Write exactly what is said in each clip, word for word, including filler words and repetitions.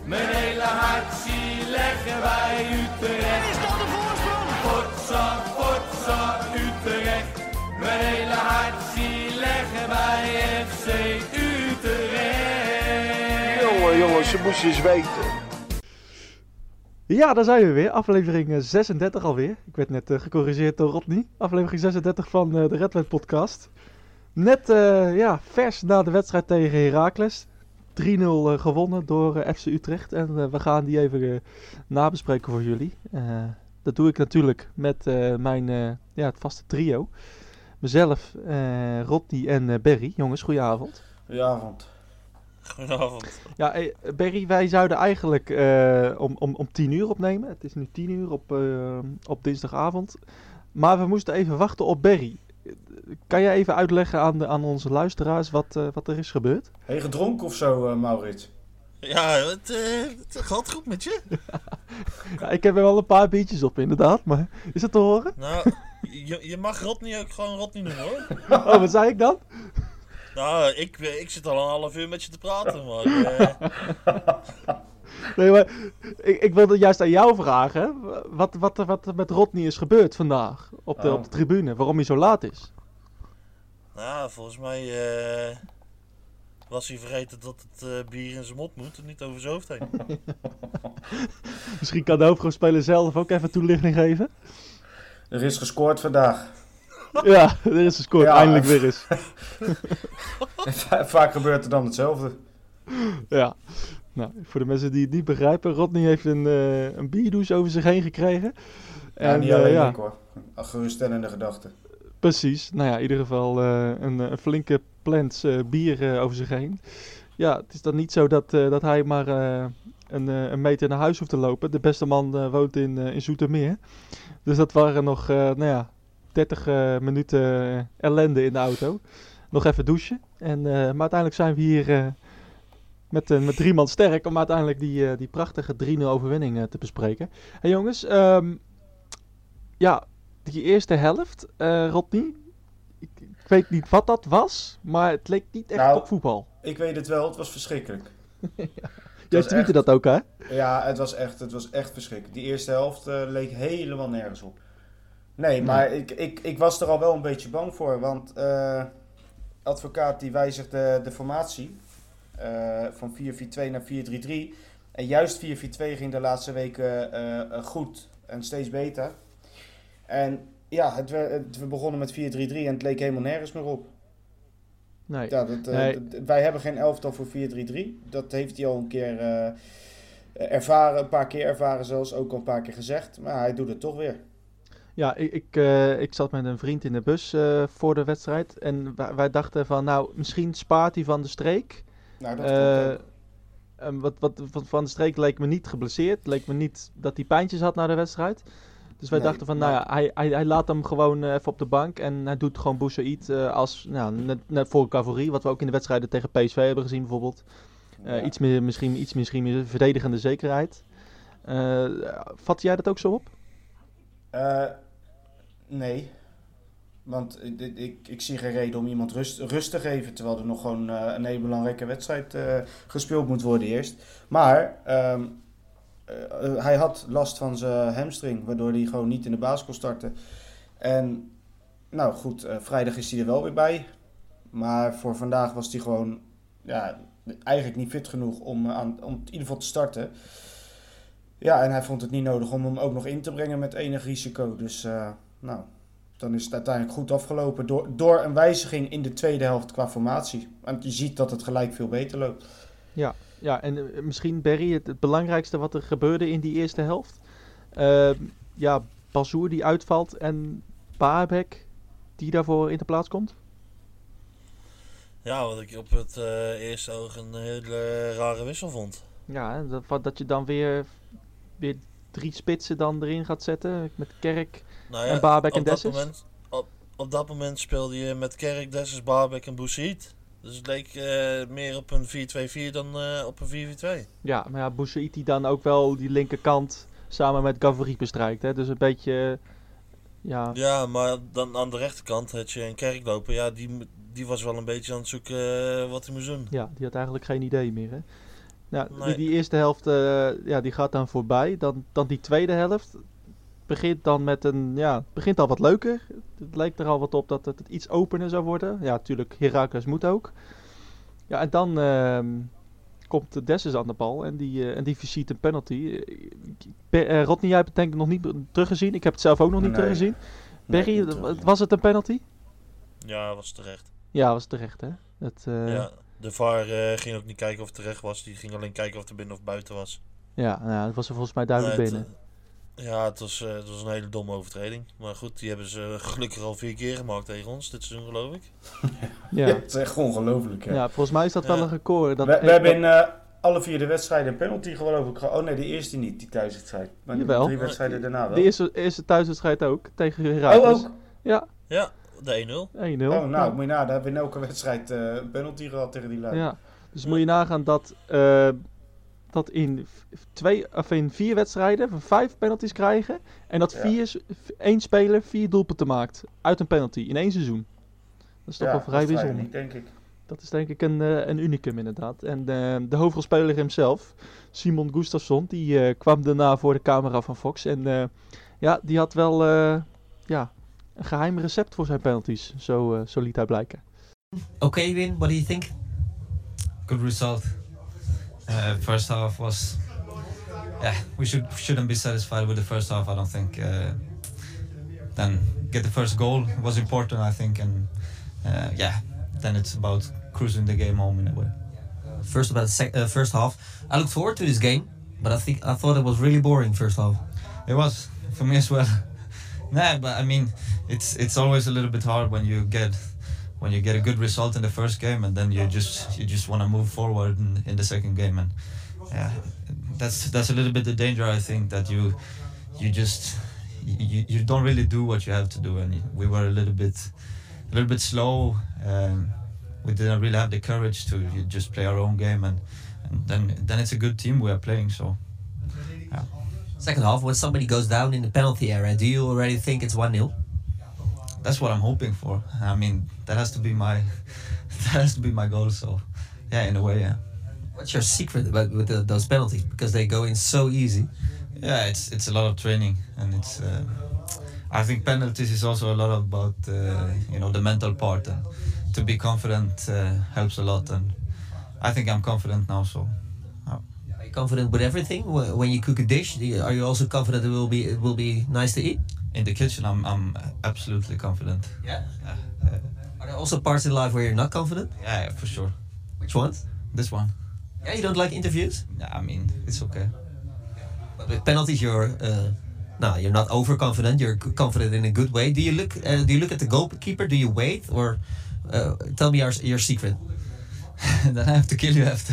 Mijn hele hart zie leggen wij Utrecht. Is dat de voorsprong? Potsa, potsa, Utrecht. Mijn hele hart zie leggen wij F C Utrecht. Jongen, jongens, ze moesten eens weten. Ja, daar zijn we weer. Aflevering zesendertig alweer. Ik werd net uh, gecorrigeerd door Rodney. Aflevering zesendertig van uh, de Red Wet podcast. Net uh, ja, vers na de wedstrijd tegen Heracles. drie nul uh, gewonnen door uh, F C Utrecht. En uh, we gaan die even uh, nabespreken voor jullie. Uh, dat doe ik natuurlijk met uh, mijn uh, ja, het vaste trio. Mezelf, uh, Rodney en uh, Berry. Jongens, goedenavond. Goedenavond. Goedenavond. Ja, hey, Berry, wij zouden eigenlijk uh, om, om, om tien uur opnemen. Het is nu tien uur op, uh, op dinsdagavond. Maar we moesten even wachten op Berry. Kan jij even uitleggen aan, de, aan onze luisteraars wat, uh, wat er is gebeurd? Heb je gedronken of zo, uh, Maurits? Ja, het, uh, het gaat goed met je. Ja, ik heb er wel een paar biertjes op, inderdaad. Maar is het te horen? Nou, je, je mag Rodney ook gewoon Rodney noemen, hoor. Oh, wat zei ik dan? Nou, ik, ik zit al een half uur met je te praten, maar... Uh... Nee, maar ik, ik wilde juist aan jou vragen. Wat, wat, wat er met Rodney is gebeurd vandaag op de, Oh. op de tribune. Waarom hij zo laat is. Nou, volgens mij uh, was hij vergeten dat het uh, bier in zijn mond moet en niet over zijn hoofd heen. Misschien kan de hoofdrolspeler zelf ook even toelichting geven. Er is gescoord vandaag. Ja, er is een score. Ja. Eindelijk weer eens. Va- Vaak gebeurt er dan hetzelfde. Ja. Nou, voor de mensen die het niet begrijpen. Rodney heeft een, uh, een bierdouche over zich heen gekregen. Ja, En, niet uh, alleen ja, ik hoor. Een geruststellende gedachte. precies. Nou ja, in ieder geval uh, een, een flinke plens uh, bier uh, over zich heen. Ja, het is dan niet zo dat, uh, dat hij maar uh, een, uh, een meter naar huis hoeft te lopen. De beste man uh, woont in, uh, in Zoetermeer. Dus dat waren nog, uh, nou ja, dertig uh, minuten ellende in de auto. Nog even douchen. En, uh, maar uiteindelijk zijn we hier uh, met, uh, met drie man sterk om uiteindelijk die, uh, die prachtige drie nul overwinning uh, te bespreken. Hey jongens, um, ja, die eerste helft, uh, Rodney, ik, ik weet niet wat dat was, maar het leek niet echt Nou, op voetbal. Ik weet het wel, het was verschrikkelijk. Jij was tweette echt- dat ook, hè? Ja, het was echt, het was echt verschrikkelijk. Die eerste helft uh, leek helemaal nergens op. Nee, maar ik, ik, ik was er al wel een beetje bang voor. Want uh, advocaat die wijzigde de formatie uh, van vier vier twee naar vier drie drie. En juist vier vier twee ging de laatste weken uh, uh, goed en steeds beter. En ja, het, wer- het, we begonnen met vier drie drie en het leek helemaal nergens meer op. Nee. Ja, dat, uh, Nee. dat- wij hebben geen elftal voor vier drie drie. Dat heeft hij al een keer uh, ervaren, een paar keer ervaren zelfs, ook al een paar keer gezegd. Maar hij doet het toch weer. Ja, ik, ik, uh, ik zat met een vriend in de bus uh, voor de wedstrijd. En wij, wij dachten van, nou, misschien spaart hij Van de Streek. Nou, dat Uh, klopt ook. Um, wat, wat, wat Van de Streek leek me niet geblesseerd. Leek me niet dat hij pijntjes had na de wedstrijd. Dus wij Nee, dachten van, maar- nou ja, hij, hij, hij laat hem gewoon uh, even op de bank. En hij doet gewoon Boussaïd uh, als, nou, net, net voor Cavalerie. Wat we ook in de wedstrijden tegen P S V hebben gezien bijvoorbeeld. Uh, Ja. iets, meer, misschien, iets misschien meer verdedigende zekerheid. Uh, vat jij dat ook zo op? Uh, nee. Want ik, ik, ik zie geen reden om iemand rust, rust te geven. Terwijl er nog gewoon uh, een hele belangrijke wedstrijd uh, gespeeld moet worden eerst. Maar um, uh, hij had last van zijn hamstring. Waardoor hij gewoon niet in de basis kon starten. En nou goed, uh, vrijdag is hij er wel weer bij. Maar voor vandaag was hij gewoon ja, eigenlijk niet fit genoeg om, uh, aan, om in ieder geval te starten. Ja, en hij vond het niet nodig om hem ook nog in te brengen met enig risico. Dus uh, nou, dan is het uiteindelijk goed afgelopen door, door een wijziging in de tweede helft qua formatie. Want je ziet dat het gelijk veel beter loopt. Ja, ja en uh, misschien Berry, het, het belangrijkste wat er gebeurde in die eerste helft. Uh, ja, Bazoer die uitvalt en Baabek die daarvoor in de plaats komt. Ja, wat ik op het uh, eerste oog een hele rare wissel vond. Ja, hè, dat, dat je dan weer, weer drie spitsen dan erin gaat zetten met Kerk Nou ja, en Baabek en op dat Dessers. moment, op, op dat moment speelde je met Kerk, Dessers, Baabek en Boussaïd. Dus het leek uh, meer op een vier twee vier dan uh, op een vier vier twee. Ja, maar ja, Boussaïd die dan ook wel die linkerkant samen met Gavri bestrijkt. Hè? Dus een beetje, ja, Ja, maar dan aan de rechterkant had je een Kerk lopen. Ja, die, die was wel een beetje aan het zoeken uh, wat hij moest doen. ja, die had eigenlijk geen idee meer. Hè? Ja, Nee. die, die eerste helft uh, ja, die gaat dan voorbij. Dan, dan die tweede helft begint dan met een, ja, begint al wat leuker. Het lijkt er al wat op dat het, het iets opener zou worden. Ja, natuurlijk, Heracles moet ook. Ja, en dan uh, komt Dessus aan de bal en die, uh, en die versiert een penalty. Uh, Rodney, jij hebt het denk ik nog niet teruggezien. Ik heb het zelf ook nog niet nee. teruggezien. Berry, nee, niet was het een penalty? Ja, was terecht. Ja, was terecht, hè? Het, uh... Ja, de V A R uh, ging ook niet kijken of het terecht was. Die ging alleen kijken of het binnen of buiten was. Ja, nou, dat was er volgens mij duidelijk nee, binnen. Het, ja, het was, uh, het was een hele domme overtreding. Maar goed, die hebben ze gelukkig al vier keer gemaakt tegen ons dit seizoen, geloof ik. Ja, ja, het is echt ongelooflijk. Hè? Ja, volgens mij is dat ja. wel een record. Dat we, we hebben in uh, alle vier de wedstrijden een penalty, geloof ik. Oh nee, de eerste niet, die thuiswedstrijd. Maar de drie wedstrijden daarna wel. De eerste, eerste thuiswedstrijd ook, tegen Heracles. Oh, ook? Ja. Ja, de één nul. één nul. Oh, nou, ja. moet je na, daar hebben we in elke wedstrijd uh, een penalty gehad tegen die lui. Ja, dus ja. moet je nagaan dat, uh, dat in, twee, of in vier wedstrijden we vijf penalties krijgen. En dat ja. vier, één speler vier doelpunten maakt uit een penalty in één seizoen. Dat is toch ja, wel vrij bijzonder. Niet, denk ik. Dat is denk ik een, uh, een unicum inderdaad. En uh, de hoofdrolspeler hemzelf, Simon Gustafsson, die uh, kwam daarna voor de camera van Fox. En uh, ja, die had wel uh, ja, een geheim recept voor zijn penalties. Zo, uh, zo liet hij blijken. Okay, Win, what do you think? Good result. Uh, first half was... Yeah, we should, shouldn't be satisfied with the first half, I don't think. Uh, then get the first goal was important, I think. And uh, yeah, then it's about cruising the game home in a way. First about the sec- uh, first half. I looked forward to this game, but I think I thought it was really boring first half. It was, for me as well. Nah, but I mean, it's it's always a little bit hard when you get when you get a good result in the first game and then you just you just want to move forward in, in the second game, and yeah, that's that's a little bit the danger, I think, that you you just you, you don't really do what you have to do, and we were a little bit a little bit slow. Um, we didn't really have the courage to just play our own game, and, and then then it's a good team we are playing, so yeah. Second half, when somebody goes down in the penalty area, do you already think it's one nil? That's what I'm hoping for. I mean, that has to be my that has to be my goal. So, yeah, in a way, yeah. What's your secret about with the, those penalties? Because they go in so easy. Yeah, it's it's a lot of training, and it's. Uh, I think penalties is also a lot about uh, you know the mental part, and to be confident uh, helps a lot. And I think I'm confident now. So. Uh, Are you confident with everything? When you cook a dish, are you also confident it will be it will be nice to eat? In the kitchen, I'm I'm absolutely confident. Yeah. yeah. Uh, Are there also parts in life where you're not confident? Yeah, yeah, for sure. Which ones? This one. Yeah, you don't like interviews? Yeah, I mean it's okay. But with penalties, you're uh, no, you're not overconfident. You're confident in a good way. Do you look? Uh, do you look at the goalkeeper? Do you wait, or uh, tell me your your secret? Then I have to kill you after.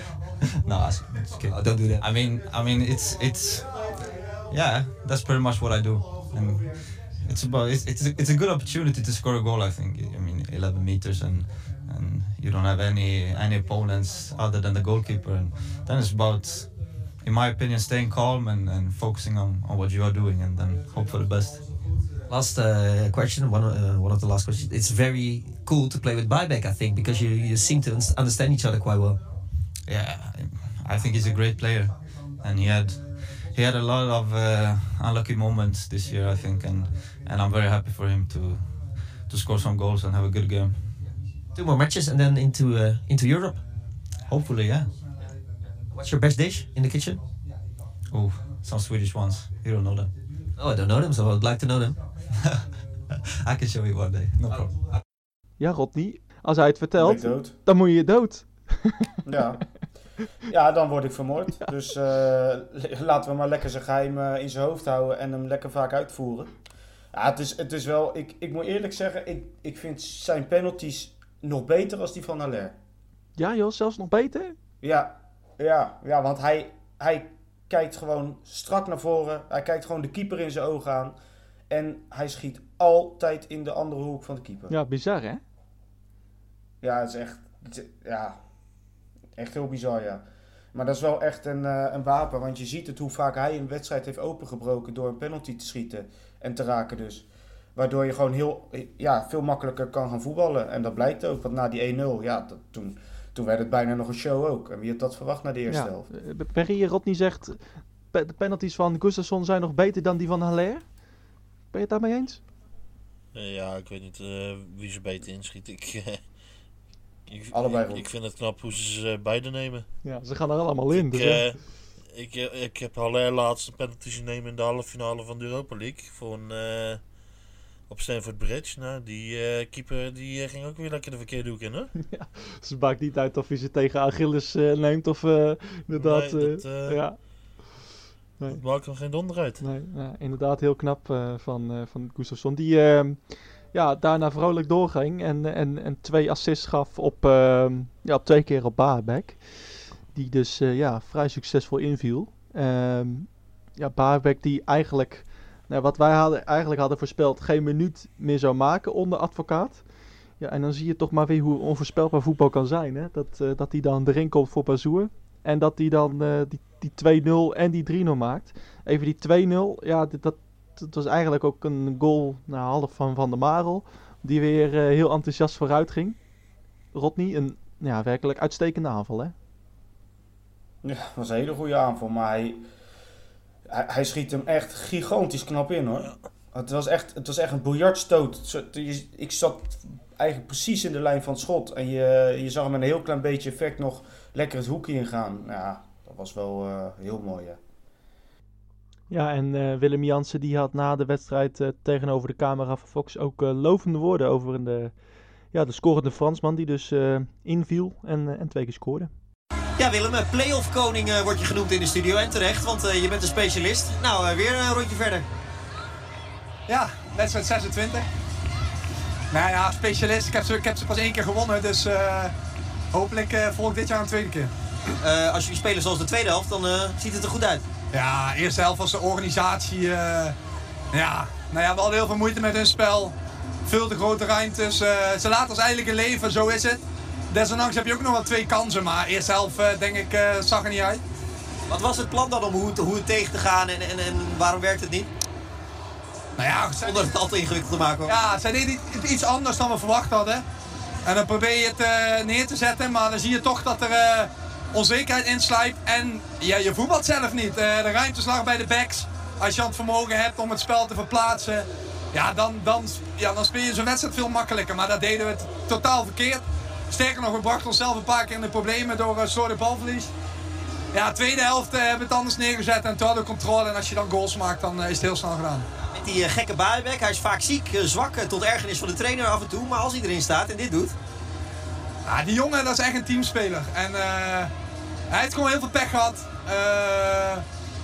No, I was kidding. Oh, don't do that. I mean, I mean, it's it's yeah, that's pretty much what I do, and it's about it's it's a, it's a good opportunity to score a goal. I think. I mean, eleven meters, and and you don't have any any opponents other than the goalkeeper, and then it's about, in my opinion, staying calm and, and focusing on, on what you are doing, and then hope for the best. Last uh, question, one uh, one of the last questions. It's very cool to play with Buyback, I think, because you you seem to understand each other quite well. Yeah, I think he's a great player, and he had he had a lot of uh, unlucky moments this year, I think, and, and I'm very happy for him to to score some goals and have a good game. Two more matches and then into uh, into Europe. Hopefully, yeah. What's your best dish in the kitchen? Oh, some Swedish ones. You don't know them. Oh, I don't know them, so I would like to know them. I can show you one day, no problem. Ja, Rodney, als hij het vertelt, dood. dan moet je dood. Ja. Ja, dan word ik vermoord. Ja. Dus uh, laten we maar lekker zijn geheim uh, in zijn hoofd houden en hem lekker vaak uitvoeren. Ja, het is, het is wel, ik, ik moet eerlijk zeggen, ik, ik vind zijn penalties nog beter als die van Haller. Ja joh, zelfs nog beter? Ja, ja, ja, want hij, hij kijkt gewoon strak naar voren. Hij kijkt gewoon de keeper in zijn ogen aan. En hij schiet altijd in de andere hoek van de keeper. Ja, bizar hè? Ja, het is echt, het is, ja, echt heel bizar, ja. Maar dat is wel echt een, uh, een wapen. Want je ziet het hoe vaak hij een wedstrijd heeft opengebroken door een penalty te schieten en te raken dus. Waardoor je gewoon heel, ja, veel makkelijker kan gaan voetballen. En dat blijkt ook, want na die één nul, ja, dat, toen, toen werd het bijna nog een show ook. En wie had dat verwacht na de eerste Ja, helft? eh, Perry Rodney zegt, pe- de penalties van Gustafsson zijn nog beter dan die van Haller. Ben je het daarmee eens? Eh, ja, ik weet niet eh, wie ze beter inschiet. Ik, eh, ik, Allebei ik, goed. ik vind het knap hoe ze ze beide nemen. Ja, ze gaan er allemaal in. Ik, Dus, eh, eh, ik, eh, ik heb Haller laatst een penalty zien nemen in de halve finale van de Europa League. Voor een, eh, op Stamford Bridge. Nou, die eh, keeper die, eh, ging ook weer lekker de verkeerde hoek in, hè? Dus het maakt niet uit of je ze tegen Achilles eh, neemt of eh, inderdaad... Nee, eh, dat, eh, ja. Nee. Dat maakt hem geen donder uit. Nee, ja, inderdaad heel knap eh, van, uh, van Gustafsson. Die uh, ja, daarna vrolijk doorging en, en, en twee assists gaf op, uh, ja, op twee keer op Baarbek. Die dus uh, ja, vrij succesvol inviel. Um, ja, Baarbek die eigenlijk, nou, wat wij hadden, eigenlijk hadden voorspeld, geen minuut meer zou maken onder Advocaat. Ja, en dan zie je toch maar weer hoe onvoorspelbaar voetbal kan zijn. Hè? Dat hij uh, dat dan erin komt voor Bazoer. En dat hij dan uh, die, die twee nul en die drie nul maakt. Even die twee nul, ja, dit, dat, dat was eigenlijk ook een goal naar half van Van der Marel. Die weer uh, heel enthousiast vooruit ging. Rodney, een ja, werkelijk uitstekende aanval, hè? Ja, dat was een hele goede aanval, maar hij, hij, hij schiet hem echt gigantisch knap in, hoor. Het was echt, het was echt een biljartstoot. Ik zat eigenlijk precies in de lijn van het schot. En je, je zag hem met een heel klein beetje effect nog lekker het hoekje ingaan. Ja, dat was wel uh, heel mooi, ja. Ja, en uh, Willem Jansen die had na de wedstrijd uh, tegenover de camera van Fox ook uh, lovende woorden over een, de, ja, de scorende Fransman die dus uh, inviel en, uh, en twee keer scoorde. Ja, Willem, play-off koning uh, word je genoemd in de studio en terecht, want uh, je bent een specialist. Nou, uh, weer een rondje verder. Ja, wedstrijd zesentwintig. Nou ja, specialist. Ik heb ze, ik heb ze pas één keer gewonnen, dus uh, hopelijk uh, volg ik dit jaar een tweede keer. Uh, als jullie spelen zoals de tweede helft, dan uh, ziet het er goed uit. Ja, de eerste helft was de organisatie. Uh, ja, nou ja, we hadden heel veel moeite met hun spel. Veel te grote ruimtes. Uh, ze laten ons eigenlijk in leven, zo is het. Desondanks heb je ook nog wel twee kansen, maar de eerste helft uh, denk ik uh, zag er niet uit. Wat was het plan dan om hoe, hoe het tegen te gaan en, en, en waarom werkt het niet? Nou ja, zonder het al te ingewikkeld te maken, hoor. Ja, zij deden iets anders dan we verwacht hadden. En dan probeer je het uh, neer te zetten, maar dan zie je toch dat er uh, onzekerheid insluipt. En ja, je voetbalt zelf niet. Uh, de ruimtes lag bij de backs. Als je het vermogen hebt om het spel te verplaatsen, ja, dan, dan, ja, dan speel je zo'n wedstrijd veel makkelijker. Maar dat deden we totaal verkeerd. Sterker nog, we brachten onszelf een paar keer in de problemen door een uh, soort balverlies. Ja, de tweede helft uh, hebben we het anders neergezet en toen hadden we controle. En als je dan goals maakt, dan uh, is het heel snel gedaan. Met die uh, gekke Baarbek, hij is vaak ziek, uh, zwak, uh, tot ergernis van de trainer af en toe. Maar als hij erin staat en dit doet... Ja, die jongen, dat is echt een teamspeler. En uh, hij heeft gewoon heel veel pech gehad. Uh,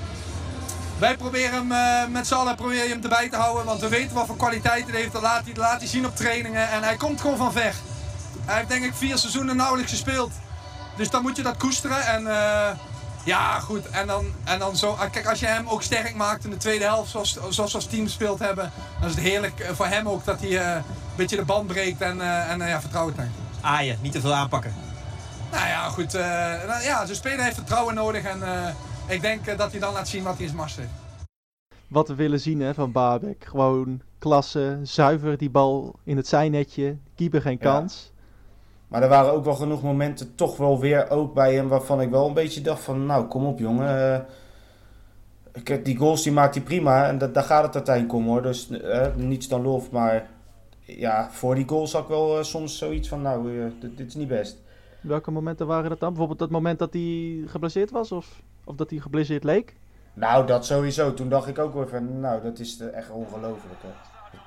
wij proberen hem uh, met z'n allen proberen je hem erbij te houden. Want we weten wat voor kwaliteit hij heeft. Dat laat hij, laat hij zien op trainingen. En hij komt gewoon van ver. Hij heeft denk ik vier seizoenen nauwelijks gespeeld. Dus dan moet je dat koesteren. En uh, ja, goed. En dan, en dan zo. Kijk, als je hem ook sterk maakt in de tweede helft, zoals, zoals we als team gespeeld hebben, dan is het heerlijk voor hem ook dat hij uh, een beetje de band breekt en, uh, en uh, ja, vertrouwen tankt. Aaien, niet te veel aanpakken. Nou ja, goed. Uh, nou, ja, zijn speler heeft vertrouwen nodig en uh, ik denk uh, dat hij dan laat zien wat hij in zijn mast heeft. Wat we willen zien, hè, van Baarbek. Gewoon klasse, zuiver die bal in het zijnetje, keeper geen kans. Ja. Maar er waren ook wel genoeg momenten toch wel weer ook bij hem waarvan ik wel een beetje dacht van, nou kom op jongen. Uh, die goals die maakt hij prima en dat, daar gaat het uiteindelijk om, hoor. Dus uh, niets dan lof, maar ja, voor die goals had ik wel uh, soms zoiets van, nou uh, dit, dit is niet best. Welke momenten waren dat dan? Bijvoorbeeld het moment dat hij geblesseerd was of, of dat hij geblesseerd leek? Nou, dat sowieso. Toen dacht ik ook weer van, nou dat is echt ongelooflijk, hè.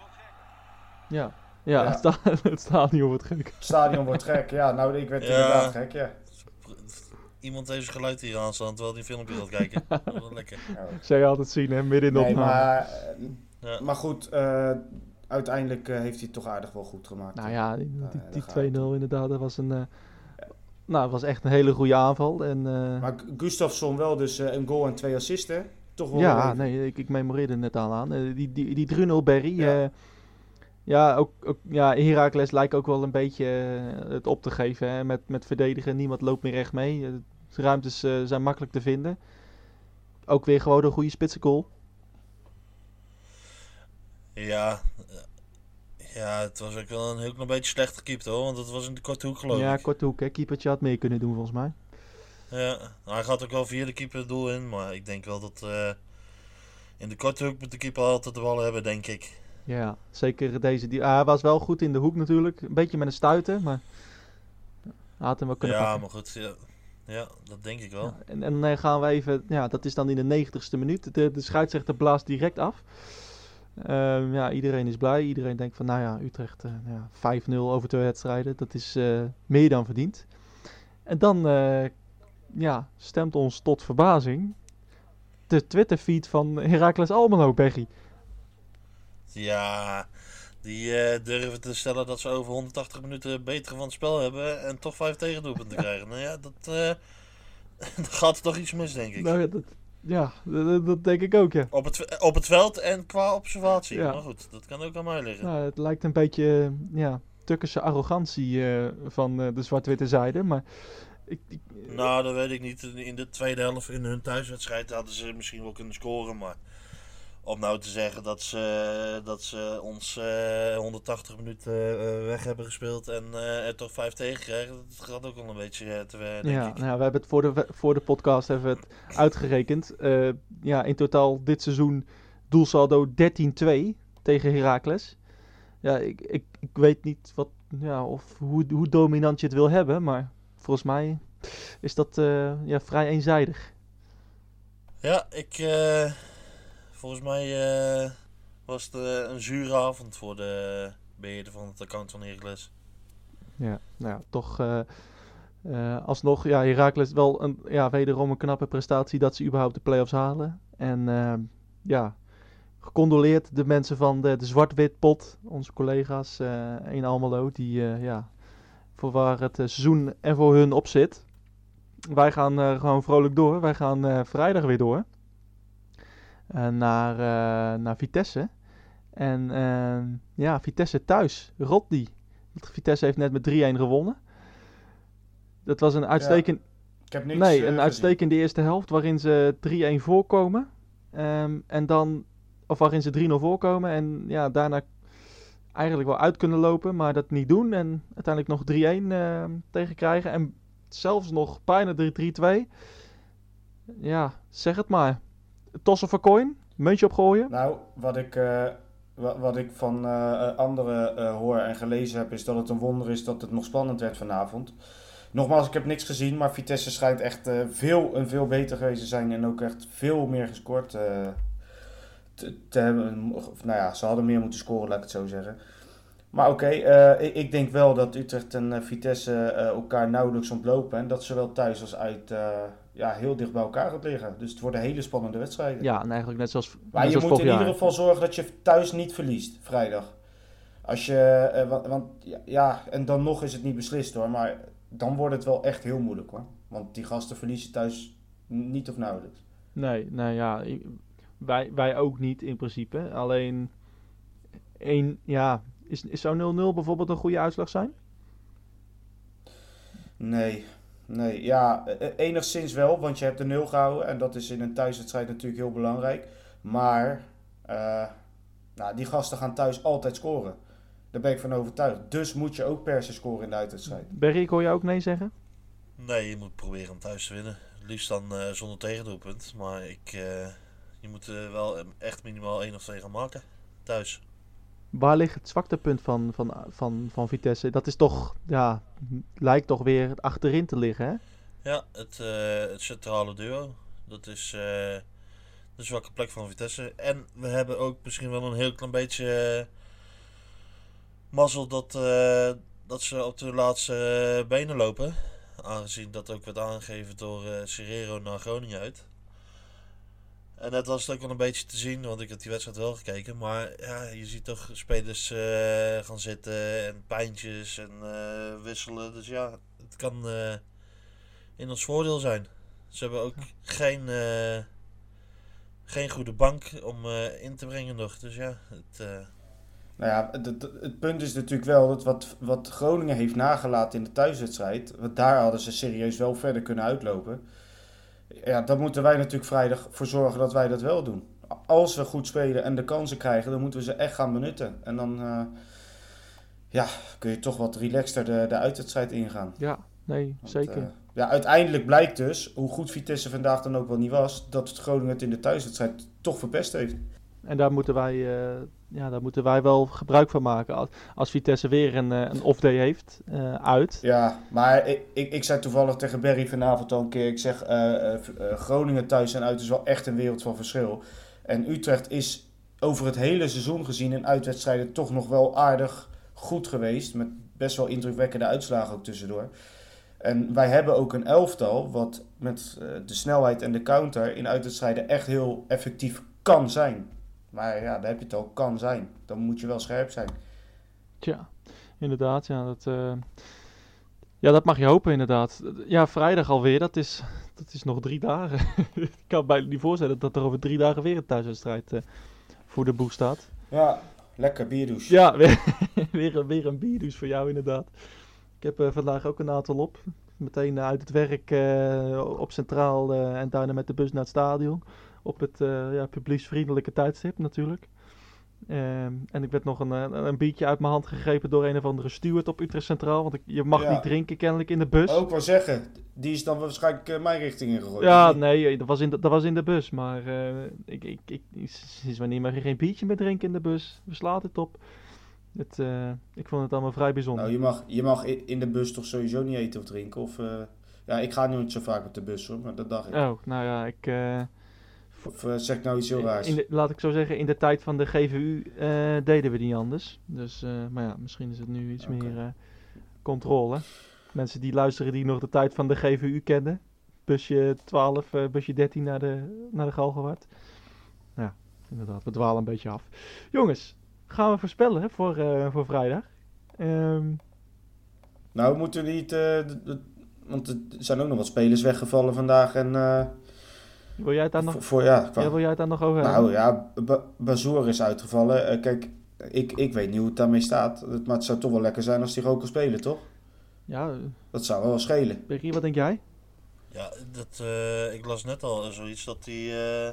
Ja. Ja, ja. Het, sta- het stadion wordt gek. Het stadion wordt gek, ja. Nou, ik werd Ja. inderdaad gek, ja. Iemand heeft zijn geluid hier aanstaan terwijl hij een filmpje wil kijken. Dat is wel lekker. Ja. Zou je altijd zien, hè? Midden in de Nee, opname. maar, Ja. maar goed, uh, uiteindelijk uh, heeft hij het toch aardig wel goed gemaakt. Nou ja, die, Ja, die, daar die gaat twee nul het. inderdaad, dat was een... Uh, nou, het was echt een hele goede aanval. En, uh, Maar Gustafsson wel dus uh, een goal en twee assisten. Toch wel ja, even. nee, ik, ik memoreerde net al aan. Uh, die die, die drie nul Berry. Ja. Ja, uh, ja, ook, ook, ja, Heracles lijkt ook wel een beetje uh, het op te geven. Hè? Met, met verdedigen, niemand loopt meer recht mee. Uh, de ruimtes uh, zijn makkelijk te vinden. Ook weer gewoon een goede spitsengoal. Ja, Ja, het was ook wel een heel klein beetje slecht gekiept hoor, want het was in de korte hoek geloof Ja, ik. korte hoek, hè. Keepertje had meer kunnen doen volgens mij. Ja, nou, hij gaat ook wel via de keeper het doel in, maar ik denk wel dat uh, in de korte hoek moet de keeper altijd de bal hebben, denk ik. Ja, zeker deze. Die, ah, hij was wel goed in de hoek natuurlijk. Een beetje met een stuiter, maar hij had hem wel kunnen ja, pakken. maar goed, ja. ja, dat denk ik wel. Ja, en, en dan gaan we even, ja, dat is dan in de negentigste minuut. De, de scheidsrechter blaast direct af. Uh, ja, iedereen is blij. Iedereen denkt van, nou ja, Utrecht uh, ja, vijf nul over twee wedstrijden. Dat is uh, meer dan verdiend. En dan uh, ja, stemt ons tot verbazing de Twitterfeed van Heracles Almelo, Bergie. Ja, die uh, durven te stellen dat ze over honderdtachtig minuten beter van het spel hebben en toch vijf tegendoelpunten ja. krijgen. Nou ja, dat, uh, dan gaat er toch iets mis, denk ik. Nou ja, dat, ja, dat, dat denk ik ook, ja. Op het, op het veld en qua observatie. Ja. Maar goed, dat kan ook aan mij liggen. Nou, het lijkt een beetje, ja, Turkse arrogantie uh, van uh, de zwart-witte zijde, maar... Ik, ik, nou, dat weet ik niet. In de tweede helft in hun thuiswedstrijd hadden ze misschien wel kunnen scoren, maar... Om nou te zeggen dat ze, dat ze ons uh, honderdtachtig minuten uh, weg hebben gespeeld en uh, er toch vijf tegen krijgen, dat gaat ook wel een beetje uh, te ver, denk ja, ik. Nou, we hebben het voor de, voor de podcast hebben we het uitgerekend. Uh, ja, in totaal dit seizoen doelsaldo dertien twee tegen Heracles. Ja, ik, ik, ik weet niet wat, ja, of hoe, hoe dominant je het wil hebben, maar volgens mij is dat uh, ja, vrij eenzijdig. Ja, ik... Uh... Volgens mij uh, was het uh, een zure avond voor de beheerder van het account van Heracles. Ja, nou ja, toch uh, uh, alsnog, ja, Heracles wel een, ja, wederom een knappe prestatie dat ze überhaupt de play-offs halen. En uh, ja, gecondoleerd de mensen van de, de zwart-wit pot, onze collega's uh, in Almelo, die uh, ja, voor waar het uh, seizoen en voor hun op zit. Wij gaan uh, gewoon vrolijk door. Wij gaan uh, vrijdag weer door. Uh, naar, uh, naar Vitesse. En uh, ja, Vitesse thuis. Rodney. Vitesse heeft net met drie-een gewonnen. Dat was een uitstekend... Ja, ik heb niks Nee, uh, een uitstekende eerste helft waarin ze drie-een voorkomen. Um, en dan... Of waarin ze drie nul voorkomen. En ja, daarna eigenlijk wel uit kunnen lopen. Maar dat niet doen. En uiteindelijk nog drie-een uh, tegen krijgen. En zelfs nog bijna drie-twee. Ja, zeg het maar. Tossen voor coin, muntje opgooien? Nou, wat ik, uh, wat, wat ik van uh, anderen uh, hoor en gelezen heb, is dat het een wonder is dat het nog spannend werd vanavond. Nogmaals, ik heb niks gezien, maar Vitesse schijnt echt uh, veel en veel beter geweest te zijn en ook echt veel meer gescoord uh, te, te hebben. Of, nou ja, ze hadden meer moeten scoren, laat ik het zo zeggen. Maar oké, okay, uh, ik, ik denk wel dat Utrecht en uh, Vitesse uh, elkaar nauwelijks ontlopen en dat zowel thuis als uit... Uh, ja, heel dicht bij elkaar gaat liggen. Dus het worden hele spannende wedstrijden. Ja, en eigenlijk net zoals Maar net je zoals moet in ieder geval zorgen dat je thuis niet verliest, vrijdag. Als je, uh, want, want ja, en dan nog is het niet beslist hoor, maar dan wordt het wel echt heel moeilijk hoor. Want die gasten verliezen thuis niet of nauwelijks. Nee, nou ja, wij, wij ook niet in principe. Alleen, één, ja, is, is zou nul nul bijvoorbeeld een goede uitslag zijn? Nee. Nee, ja, enigszins wel, want je hebt de nul gehouden en dat is in een thuiswedstrijd natuurlijk heel belangrijk. Maar uh, nou, die gasten gaan thuis altijd scoren. Daar ben ik van overtuigd. Dus moet je ook per se scoren in de uitwedstrijd. Berry, ik hoor je ook nee zeggen? Nee, je moet proberen om thuis te winnen. Liefst dan uh, zonder tegendoelpunt. Maar ik, uh, je moet uh, wel echt minimaal één of twee gaan maken. Thuis. Waar ligt het zwaktepunt van, van, van, van Vitesse? Dat is toch, ja, lijkt toch weer achterin te liggen, hè? Ja, het, uh, het centrale duo. Dat is uh, de zwakke plek van Vitesse. En we hebben ook misschien wel een heel klein beetje uh, mazzel dat, uh, dat ze op de laatste uh, benen lopen. Aangezien dat ook werd aangegeven door uh, Serrero naar Groningen uit. En net was het ook wel een beetje te zien, want ik heb die wedstrijd wel gekeken. Maar ja, je ziet toch spelers uh, gaan zitten en pijntjes en uh, wisselen. Dus ja, het kan uh, in ons voordeel zijn. Ze hebben ook geen, uh, geen goede bank om uh, in te brengen nog. Dus ja, het... Uh... Nou ja, het, het, het punt is natuurlijk wel dat wat, wat Groningen heeft nagelaten in de thuiswedstrijd. Want daar hadden ze serieus wel verder kunnen uitlopen. Ja, daar moeten wij natuurlijk vrijdag voor zorgen dat wij dat wel doen. Als we goed spelen en de kansen krijgen, dan moeten we ze echt gaan benutten. En dan, uh, ja, kun je toch wat relaxter de, de uitwedstrijd ingaan. Ja, nee, Want, zeker. uh, ja, uiteindelijk blijkt dus, hoe goed Vitesse vandaag dan ook wel niet was, dat het Groningen het in de thuiswedstrijd toch verpest heeft. En daar moeten wij, uh, ja, daar moeten wij wel gebruik van maken. Als, als Vitesse weer een, uh, een off-day heeft, uh, uit. Ja, maar ik, ik, ik zei toevallig tegen Barry vanavond al een keer, ik zeg, uh, uh, uh, Groningen thuis en uit is wel echt een wereld van verschil. En Utrecht is over het hele seizoen gezien in uitwedstrijden toch nog wel aardig goed geweest. Met best wel indrukwekkende uitslagen ook tussendoor. En wij hebben ook een elftal wat met uh, de snelheid en de counter in uitwedstrijden echt heel effectief kan zijn. Maar ja, daar heb je het al, kan zijn. Dan moet je wel scherp zijn. Tja, inderdaad. Ja, dat, uh, ja, dat mag je hopen inderdaad. Ja, vrijdag alweer, dat is, dat is nog drie dagen. Ik kan me bijna niet voorstellen dat er over drie dagen weer een thuiswedstrijd uh, voor de boeg staat. Ja, lekker bierdouche. Ja, weer, weer, weer een bierdouche voor jou inderdaad. Ik heb uh, vandaag ook een aantal op. Meteen uh, uit het werk uh, op Centraal uh, en daarna met de bus naar het stadion. Op het uh, ja, publieksvriendelijke tijdstip natuurlijk. Um, en ik werd nog een, een, een biertje uit mijn hand gegrepen door een of andere steward op Utrecht Centraal. Want ik, je mag Ja. niet drinken kennelijk in de bus. Ook wel zeggen, die is dan waarschijnlijk uh, mijn richting ingegooid. Ja, nee, dat was in de, dat was in de bus. Maar uh, ik, ik, ik, sinds wanneer mag je geen biertje meer drinken in de bus? We slaat het op. Het, uh, ik vond het allemaal vrij bijzonder. Nou, je mag, je mag in de bus toch sowieso niet eten of drinken? Of, uh, ja, ik ga nu niet zo vaak met de bus hoor, maar dat dacht ik. Oh, nou ja, ik... Uh, Of uh, zeg ik nou iets heel raars? In de, laat ik zo zeggen, in de tijd van de G V U uh, deden we niet anders. Dus, uh, maar ja, misschien is het nu iets okay. meer uh, controle. Mensen die luisteren die nog de tijd van de G V U kennen. Busje twaalf, uh, busje dertien naar de, naar de Galgenwaard. Ja, inderdaad, we dwalen een beetje af. Jongens, gaan we voorspellen hè, voor, uh, voor vrijdag. Um, nou, we moeten niet... Uh, de, de, want er zijn ook nog wat spelers weggevallen vandaag en... Uh, Wil jij het daar nog, voor, voor, ja, qua... ja, wil jij het daar nog over Nou ja, ba- Bazoer is uitgevallen. Uh, kijk, ik, ik weet niet hoe het daarmee staat. Maar het zou toch wel lekker zijn als hij gewoon kan spelen, toch? Ja. Dat zou wel schelen. Bergie, wat denk jij? Ja, dat, uh, ik las net al zoiets dat hij... Uh,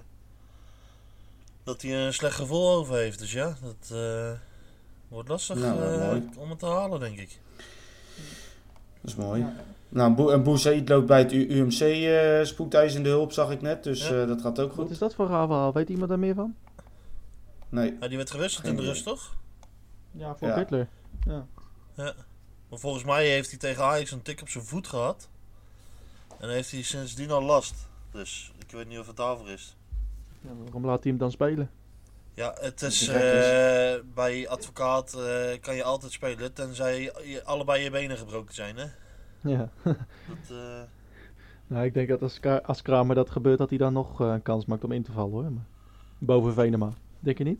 dat hij een slecht gevoel over heeft. Dus ja, dat uh, wordt lastig nou, uh, om het te halen, denk ik. Dat is mooi. Ja. Nou, Bo- en Boussaïd loopt bij het U- U M C uh, spoedeisende hulp, zag ik net. Dus ja. uh, dat gaat ook goed. Wat is dat voor een verhaal? Weet iemand daar meer van? Nee. Ja, die werd gewisseld Geen in de rust, toch? Ja, voor ja. Butler. Ja. ja. Maar volgens mij heeft hij tegen Ajax een tik op zijn voet gehad. En heeft hij sindsdien al last. Dus ik weet niet of het daarvoor is. Ja, waarom laat hij hem dan spelen? Ja, het is, uh, bij advocaat uh, kan je altijd spelen, tenzij je allebei je benen gebroken zijn, hè? Ja. dat, uh... Nou, ik denk dat als, als Kramer dat gebeurt, dat hij dan nog uh, een kans maakt om in te vallen, hoor. Maar boven Venema. Denk je niet?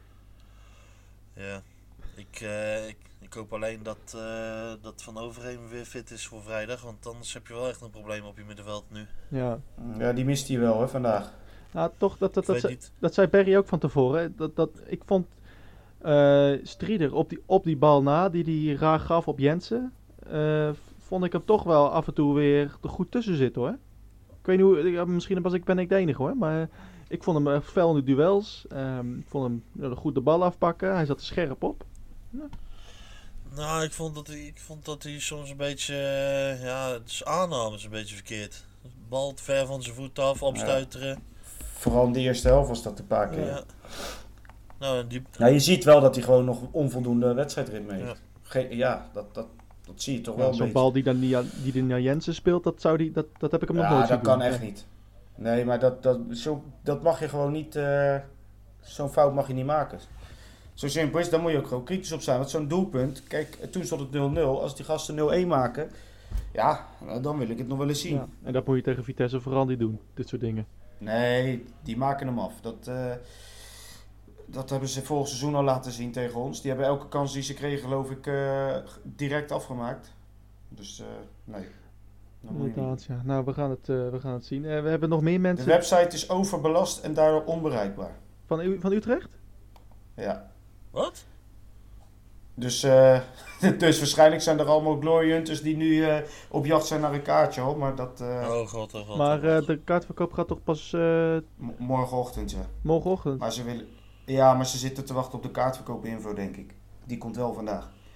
Ja, ik, uh, ik, ik hoop alleen dat, uh, dat Van Overheem weer fit is voor vrijdag, want anders heb je wel echt een probleem op je middenveld nu. Ja, ja die mist hij wel, hè, vandaag. Nou, toch, dat, dat, dat, dat, dat zei Barry ook van tevoren. Dat, dat, ik vond uh, Strieder op die, op die bal na, die hij raar gaf op Jensen, uh, vond ik hem toch wel af en toe weer er goed tussen zitten, hoor. Ik weet niet hoe, ja, misschien was ik, ben ik de enige, hoor, maar uh, ik vond hem uh, fel in de duels. Um, ik vond hem uh, goed de bal afpakken, hij zat er scherp op. Ja. Nou, ik vond dat hij, ik vond dat hij soms een beetje, uh, ja, het aanname is een beetje verkeerd. De bal te ver van zijn voet af, opstuiteren. Ja. Vooral in de eerste helft was dat een paar keer. Ja. Nou, die... nou, je ziet wel dat hij gewoon nog onvoldoende wedstrijdritme heeft. Ja, Ge- ja dat, dat, dat zie je toch ja, wel een zo'n beetje. Bal die dan die, die, die naar Jensen speelt, dat, zou die, dat, dat heb ik hem nog ja, nooit zien doen. Ja, dat kan echt ja. niet. Nee, maar dat, dat, zo, dat mag je gewoon niet... Uh, zo'n fout mag je niet maken. Zo simpel is, daar moet je ook gewoon kritisch op zijn. Want zo'n doelpunt, kijk, toen stond het nul nul. Als die gasten nul-een maken, ja, dan wil ik het nog wel eens zien. Ja, en dat moet je tegen Vitesse vooral niet doen, dit soort dingen. Nee, die maken hem af. Dat, uh, dat hebben ze vorig seizoen al laten zien tegen ons. Die hebben elke kans die ze kregen, geloof ik, uh, direct afgemaakt. Dus, uh, nee. Inderdaad, ja. Nou, we gaan het, uh, we gaan het zien. Uh, we hebben nog meer mensen... De website is overbelast en daardoor onbereikbaar. Van, U- van Utrecht? Ja. Wat? Dus, uh, dus waarschijnlijk zijn er allemaal Glory Hunters die nu uh, op jacht zijn naar een kaartje al, maar dat... Uh... Oh god, oh god. Maar uh, de kaartverkoop gaat toch pas... Uh... M- morgenochtend, ja. Morgenochtend? Maar ze willen... Ja, maar ze zitten te wachten op de kaartverkoopinfo, denk ik. Die komt wel vandaag.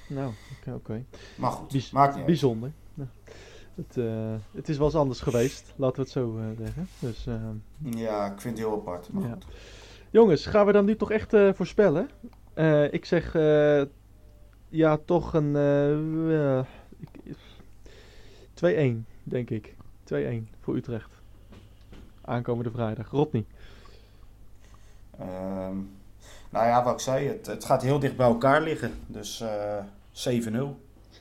Nou, oké. Okay, Maar goed, Bijz- maakt niet uit. bijzonder. Nou, het, uh, het is wel eens anders geweest, laten we het zo uh, zeggen. Dus, uh, Ja, ik vind het heel apart. Maar ja. goed. Jongens, gaan we dan nu toch echt uh, voorspellen? Uh, ik zeg uh, ja, toch een uh, uh, twee-een, denk ik. twee-een voor Utrecht. Aankomende vrijdag. Rodney. Um, nou ja, wat ik zei, het, het gaat heel dicht bij elkaar liggen. Dus uh, zeven nul.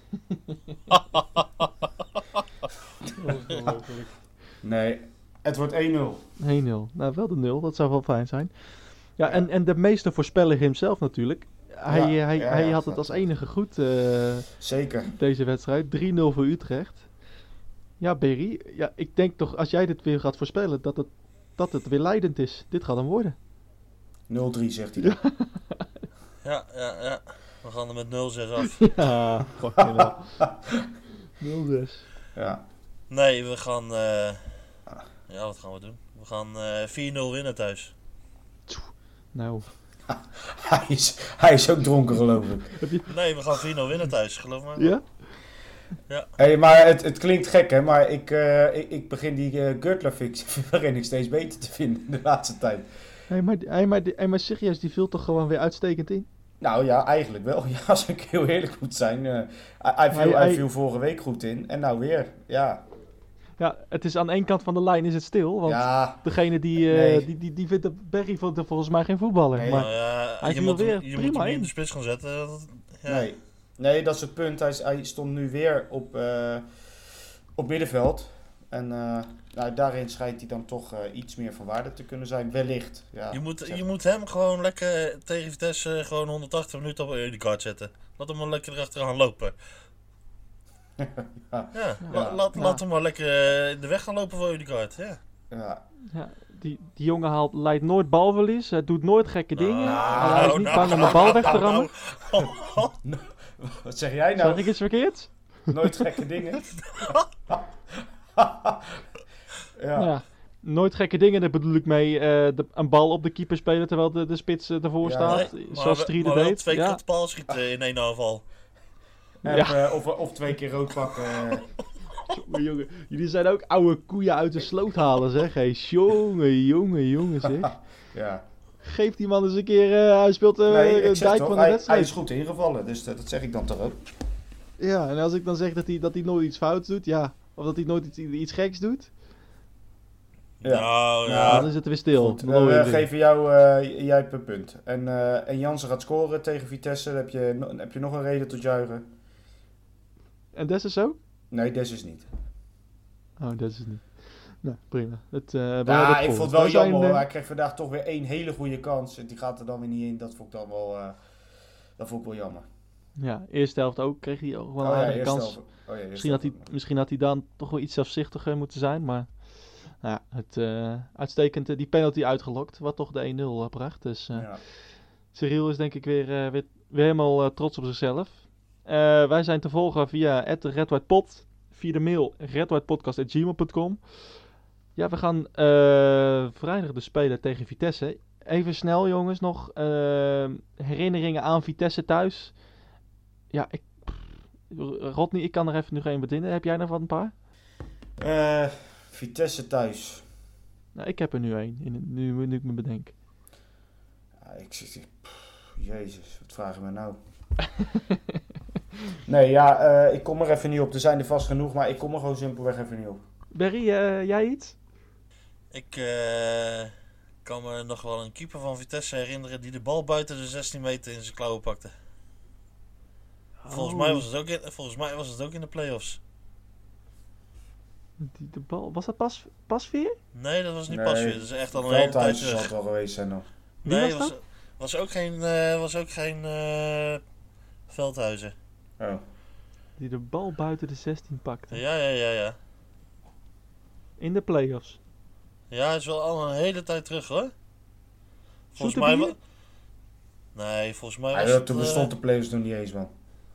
Nee, het wordt één nul. één nul. Nou, wel de nul. Dat zou wel fijn zijn. Ja, en, en de meeste voorspellen hemzelf natuurlijk. Hij, Ja, hij, ja, hij ja, had het als enige goed, uh, Zeker. deze wedstrijd. drie nul voor Utrecht. Ja, Berry. Ja, ik denk toch, als jij dit weer gaat voorspellen, dat het, dat het weer leidend is. Dit gaat hem worden. nul drie zegt hij dan. Ja, ja, ja. We gaan er met nul zes af. Ja, fucking hell. nul zes. Ja. Nee, we gaan... Uh, ja, wat gaan we doen? We gaan uh, vier nul winnen thuis. Nou. hij, is, hij is ook dronken, geloof ik. Nee, we gaan vier nul winnen thuis, geloof me. Ja? Ja. Hey, maar het, het klinkt gek, hè? Maar ik, uh, ik, ik begin die uh, Gürtler-fix begin ik steeds beter te vinden in de laatste tijd. Hé, maar, hey, maar, hey, maar serieus, die viel toch gewoon weer uitstekend in? Nou ja, eigenlijk wel. Ja, als ik heel eerlijk moet zijn. Uh, hij, hij, viel, hij, hij viel vorige week goed in. En nou weer, ja. Ja, het is aan één kant van de lijn is het stil. Want ja, degene die, uh, nee. die, die, die vindt dat Berry volgens mij geen voetballer. Nee. Maar Nou ja, hij je viel moet, weer je prima moet hem in. in de spits gaan zetten. Dat, ja. nee. Nee, dat is het punt. Hij, hij stond nu weer op, uh, op middenveld. En uh, nou, daarin schijnt hij dan toch uh, iets meer van waarde te kunnen zijn. Wellicht. Ja, Je moet, zeg. je moet hem gewoon lekker tegen Vitesse gewoon honderdtachtig minuten op een card zetten. Laat hem maar lekker erachteraan lopen. ja. Ja, Ja. la, laat, Ja. laat hem maar lekker in de weg gaan lopen voor Udegaard. Ja. Ja. Ja, die, die jongen haalt, leidt nooit balverlies. Hij doet nooit gekke dingen. Nou, hij is niet bang om de bal weg te rammen. Wat zeg jij nou? Zeg ik iets verkeerd? Nooit gekke dingen. ja. Ja. Nooit gekke dingen, daar bedoel ik mee. Uh, de, een bal op de keeper spelen terwijl de, de spits uh, ervoor Ja. staat. Nee, maar zoals we- Strieder maar wel deed. twee keer Ja. op de paal schieten in één aanval. En, Ja. uh, of, of twee keer rood pakken. Uh, Jongen, jongen, jullie zijn ook oude koeien uit de sloot halen, zeg. Hey, jongen, jongen, jongen, zeg. ja. Geef die man eens een keer, uh, hij speelt uh, Nee, ik een zeg dijk toch, van de hij, hij wedstrijd. is goed ingevallen. Dus dat, dat zeg ik dan toch ook. Ja, en als ik dan zeg dat hij, dat hij nooit iets fouts doet, ja. Of dat hij nooit iets, iets geks doet, Ja. Nou, Ja. ja. dan is het weer stil. Goed, Dan we hoor je we het geven jou, uh, jij hebt een punt. En, uh, en Jansen gaat scoren tegen Vitesse. Dan heb je, no- heb je nog een reden tot juichen? weer. En Des is zo? Nee, Des is niet. Oh, dat is het niet. Nou, prima. Het, uh, we hebben Ja, het ik voor. vond het wel We zijn, jammer hoor. uh, Hij kreeg vandaag toch weer één hele goede kans. En die gaat er dan weer niet in. Dat vond ik dan wel, uh, dat vond ik wel jammer. Ja, eerste helft ook. Kreeg hij ook wel een Oh ja, aardige eerste kans. helft. Oh ja, eerste Misschien had, hij, helft. misschien had hij dan toch wel iets zelfzichtiger moeten zijn. Maar nou ja, het uh, uitstekend uh, die penalty uitgelokt. Wat toch de één nul uh, bracht. Dus uh, Ja. Cyril is denk ik weer, uh, weer, weer helemaal uh, trots op zichzelf. Uh, wij zijn te volgen via at redwhitepod. Via de mail redwhitepodcast at gmail dot com. Ja, we gaan uh, vrijdag dus spelen tegen Vitesse. Even snel jongens nog. Uh, herinneringen aan Vitesse thuis. Ja, ik... Rodney, ik kan er even nog één bedienen. Heb jij nog wat een paar? Uh, Vitesse thuis. Nou, ik heb er nu één. In, nu, nu ik me bedenk. Ja, ik zit pff, Jezus, wat vragen we nou? Nee, ja, uh, ik kom er even niet op. Er zijn er vast genoeg, maar ik kom er gewoon simpelweg even niet op. Berry, uh, jij iets? Ik uh, kan me nog wel een keeper van Vitesse herinneren die de bal buiten de zestien meter in zijn klauwen pakte. Volgens, Oh, mij was het ook in, volgens mij was het ook in de play-offs. Die, de bal, was dat pas, pas vier? Nee, dat was niet Nee, pas weer. Dat is echt al een hele tijd Veldhuizen zal terug. het wel geweest zijn nog. Wie Nee, was was, dat? was ook geen, uh, was ook geen uh, Veldhuizen. Oh. Die de bal buiten de zestien pakte. Ja, ja, ja, ja. In de play-offs. Ja, het is wel al een hele tijd terug hoor. Volgens Zoeterbier? mij... wa- Nee, volgens mij was Ja, het... toen uh, bestond de players nog niet eens, man.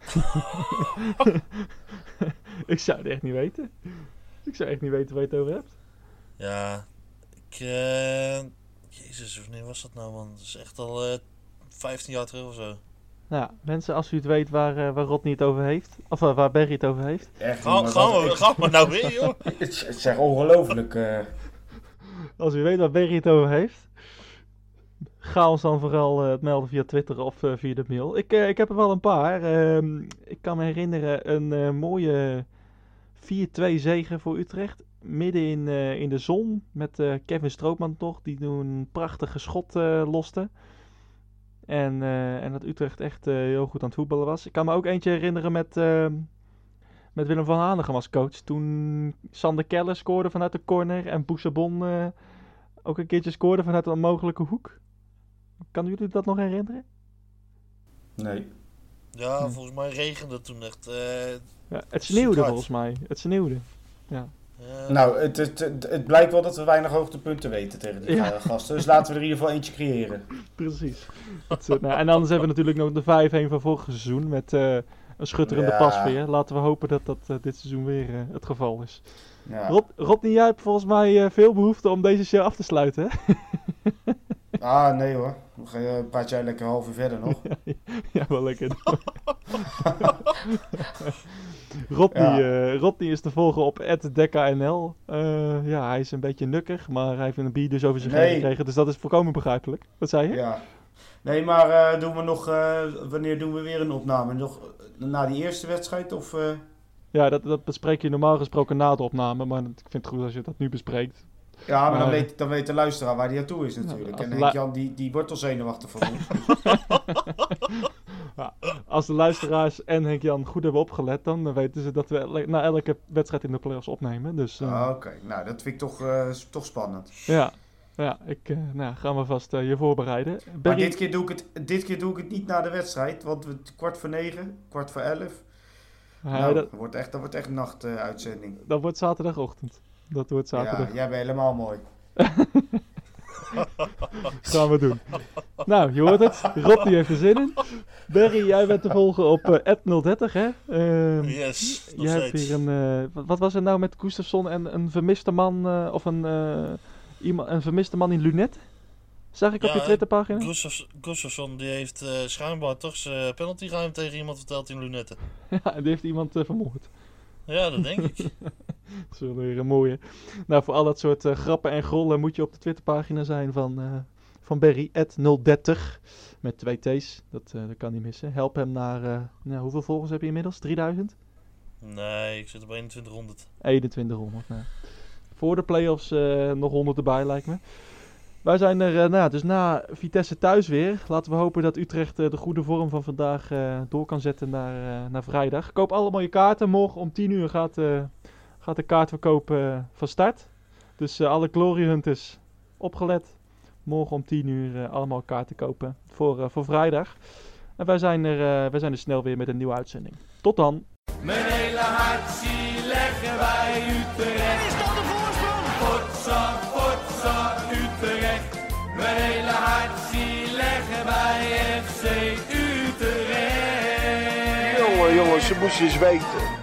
Ik zou het echt niet weten. Ik zou echt niet weten waar je het over hebt. Ja, ik... Uh, Jezus, wanneer was dat nou man? Dat is echt al uh, vijftien jaar terug of zo. Nou ja, mensen, als u het weet waar, uh, waar Rodney het over heeft, of uh, waar Barry het over heeft. Echt, Gaan gaan we, gaan we nou weer, joh? Het is het is echt ongelooflijk. Uh... Als u weet waar Barry het over heeft, ga ons dan vooral uh, het melden via Twitter of uh, via de mail. Ik, uh, ik heb er wel een paar. Uh, ik kan me herinneren een uh, mooie vier twee zege voor Utrecht. Midden in, uh, in de zon met uh, Kevin Strootman toch, die toen een prachtige schot uh, loste. En, uh, en dat Utrecht echt uh, heel goed aan het voetballen was. Ik kan me ook eentje herinneren met, uh, met Willem van Hanegem als coach. Toen Sander Keller scoorde vanuit de corner en Boussabon uh, ook een keertje scoorde vanuit een onmogelijke hoek. Kan jullie dat nog herinneren? Nee. Ja, volgens mij regende het toen echt. Uh, ja, het sneeuwde volgens mij. Het sneeuwde. Ja. Uh, nou, het, het, het, het blijkt wel dat we weinig hoogtepunten weten tegen die ja. gasten. Dus laten we er in ieder geval eentje creëren. Precies. Het, uh, nou, en anders hebben we natuurlijk nog de vijf-een van vorig seizoen met uh, een schutterende ja. pasveer. Laten we hopen dat dat uh, dit seizoen weer uh, het geval is. Ja. Rod, Rodney, jij hebt volgens mij uh, veel behoefte om deze show af te sluiten, hè? Ah, nee hoor. We praat jij lekker half uur verder nog. ja, ja, wel lekker. Rodney, ja. uh, Rodney is te volgen op at dekkanl. Uh, ja, hij is een beetje nukkig, maar hij heeft een bier dus over zich heen nee. gekregen. Dus dat is volkomen begrijpelijk. Wat zei je? Ja. Nee, maar uh, doen we nog, uh, wanneer doen we weer een opname? Nog na die eerste wedstrijd? Of, uh... Ja, dat, dat bespreek je normaal gesproken na de opname. Maar ik vind het goed als je dat nu bespreekt. Ja, maar, maar dan, weet, dan weet de luisteraar waar hij aan toe is natuurlijk. Ja, en Henk Jan, die, die wordt al zenuwachtig van ons. Ja, als de luisteraars en Henk Jan goed hebben opgelet, dan weten ze dat we na elke wedstrijd in de play-offs opnemen. Dus, uh, ah, Oké, okay. Nou dat vind ik toch, uh, toch spannend. Ja, ja ik, uh, nou, gaan we vast uh, je voorbereiden. Maar Barry... dit keer, doe ik het, dit keer doe ik het niet na de wedstrijd, want we kwart voor negen, kwart voor elf. Ja, nou, dat... dat wordt echt, dat wordt echt een nachtuitzending. Uh, dat wordt zaterdagochtend. Dat wordt zaterdag. Ja, jij bent helemaal mooi. Gaan we doen. Nou, je hoort het. Rodney heeft er zin in. Barry, jij bent te volgen op uh, at nul dertig, hè? Uh, yes, jij hebt hier een... Uh, wat, wat was er nou met Gustafsson en een vermiste man... Uh, of een, uh, iemand, een vermiste man in Lunet? Zag ik ja, op je Twitterpagina? Gustafsson die heeft uh, schijnbaar toch zijn penaltyruim tegen iemand verteld in Lunetten. Ja, die heeft iemand uh, vermoord. Ja, dat denk ik. Dat is wel weer een mooie. Nou, voor al dat soort uh, grappen en grollen moet je op de Twitterpagina zijn van, uh, van Barry, at nul dertig. Met twee T's, dat, uh, dat kan niet missen. Help hem naar, uh, nou, hoeveel volgers heb je inmiddels? drieduizend? Nee, ik zit op eenentwintighonderd. eenentwintighonderd, nou. Voor de play-offs uh, nog honderd erbij, lijkt me. Wij zijn er, uh, nou, dus na Vitesse thuis weer. Laten we hopen dat Utrecht uh, de goede vorm van vandaag uh, door kan zetten naar, uh, naar vrijdag. Koop allemaal je kaarten. Morgen om tien uur gaat, uh, gaat de kaartverkoop uh, van start. Dus uh, alle Glory Hunters opgelet. Morgen om tien uur uh, allemaal kaarten kopen voor, uh, voor vrijdag. En wij zijn, er, uh, wij zijn er snel weer met een nieuwe uitzending. Tot dan. Mijn hele hart zie leggen wij Utrecht. Is dat de voorsprong? Potsa, potsa, Utrecht. Mijn hele hart zie leggen wij F C Utrecht. Jongen, jongens, ze moesten eens weten.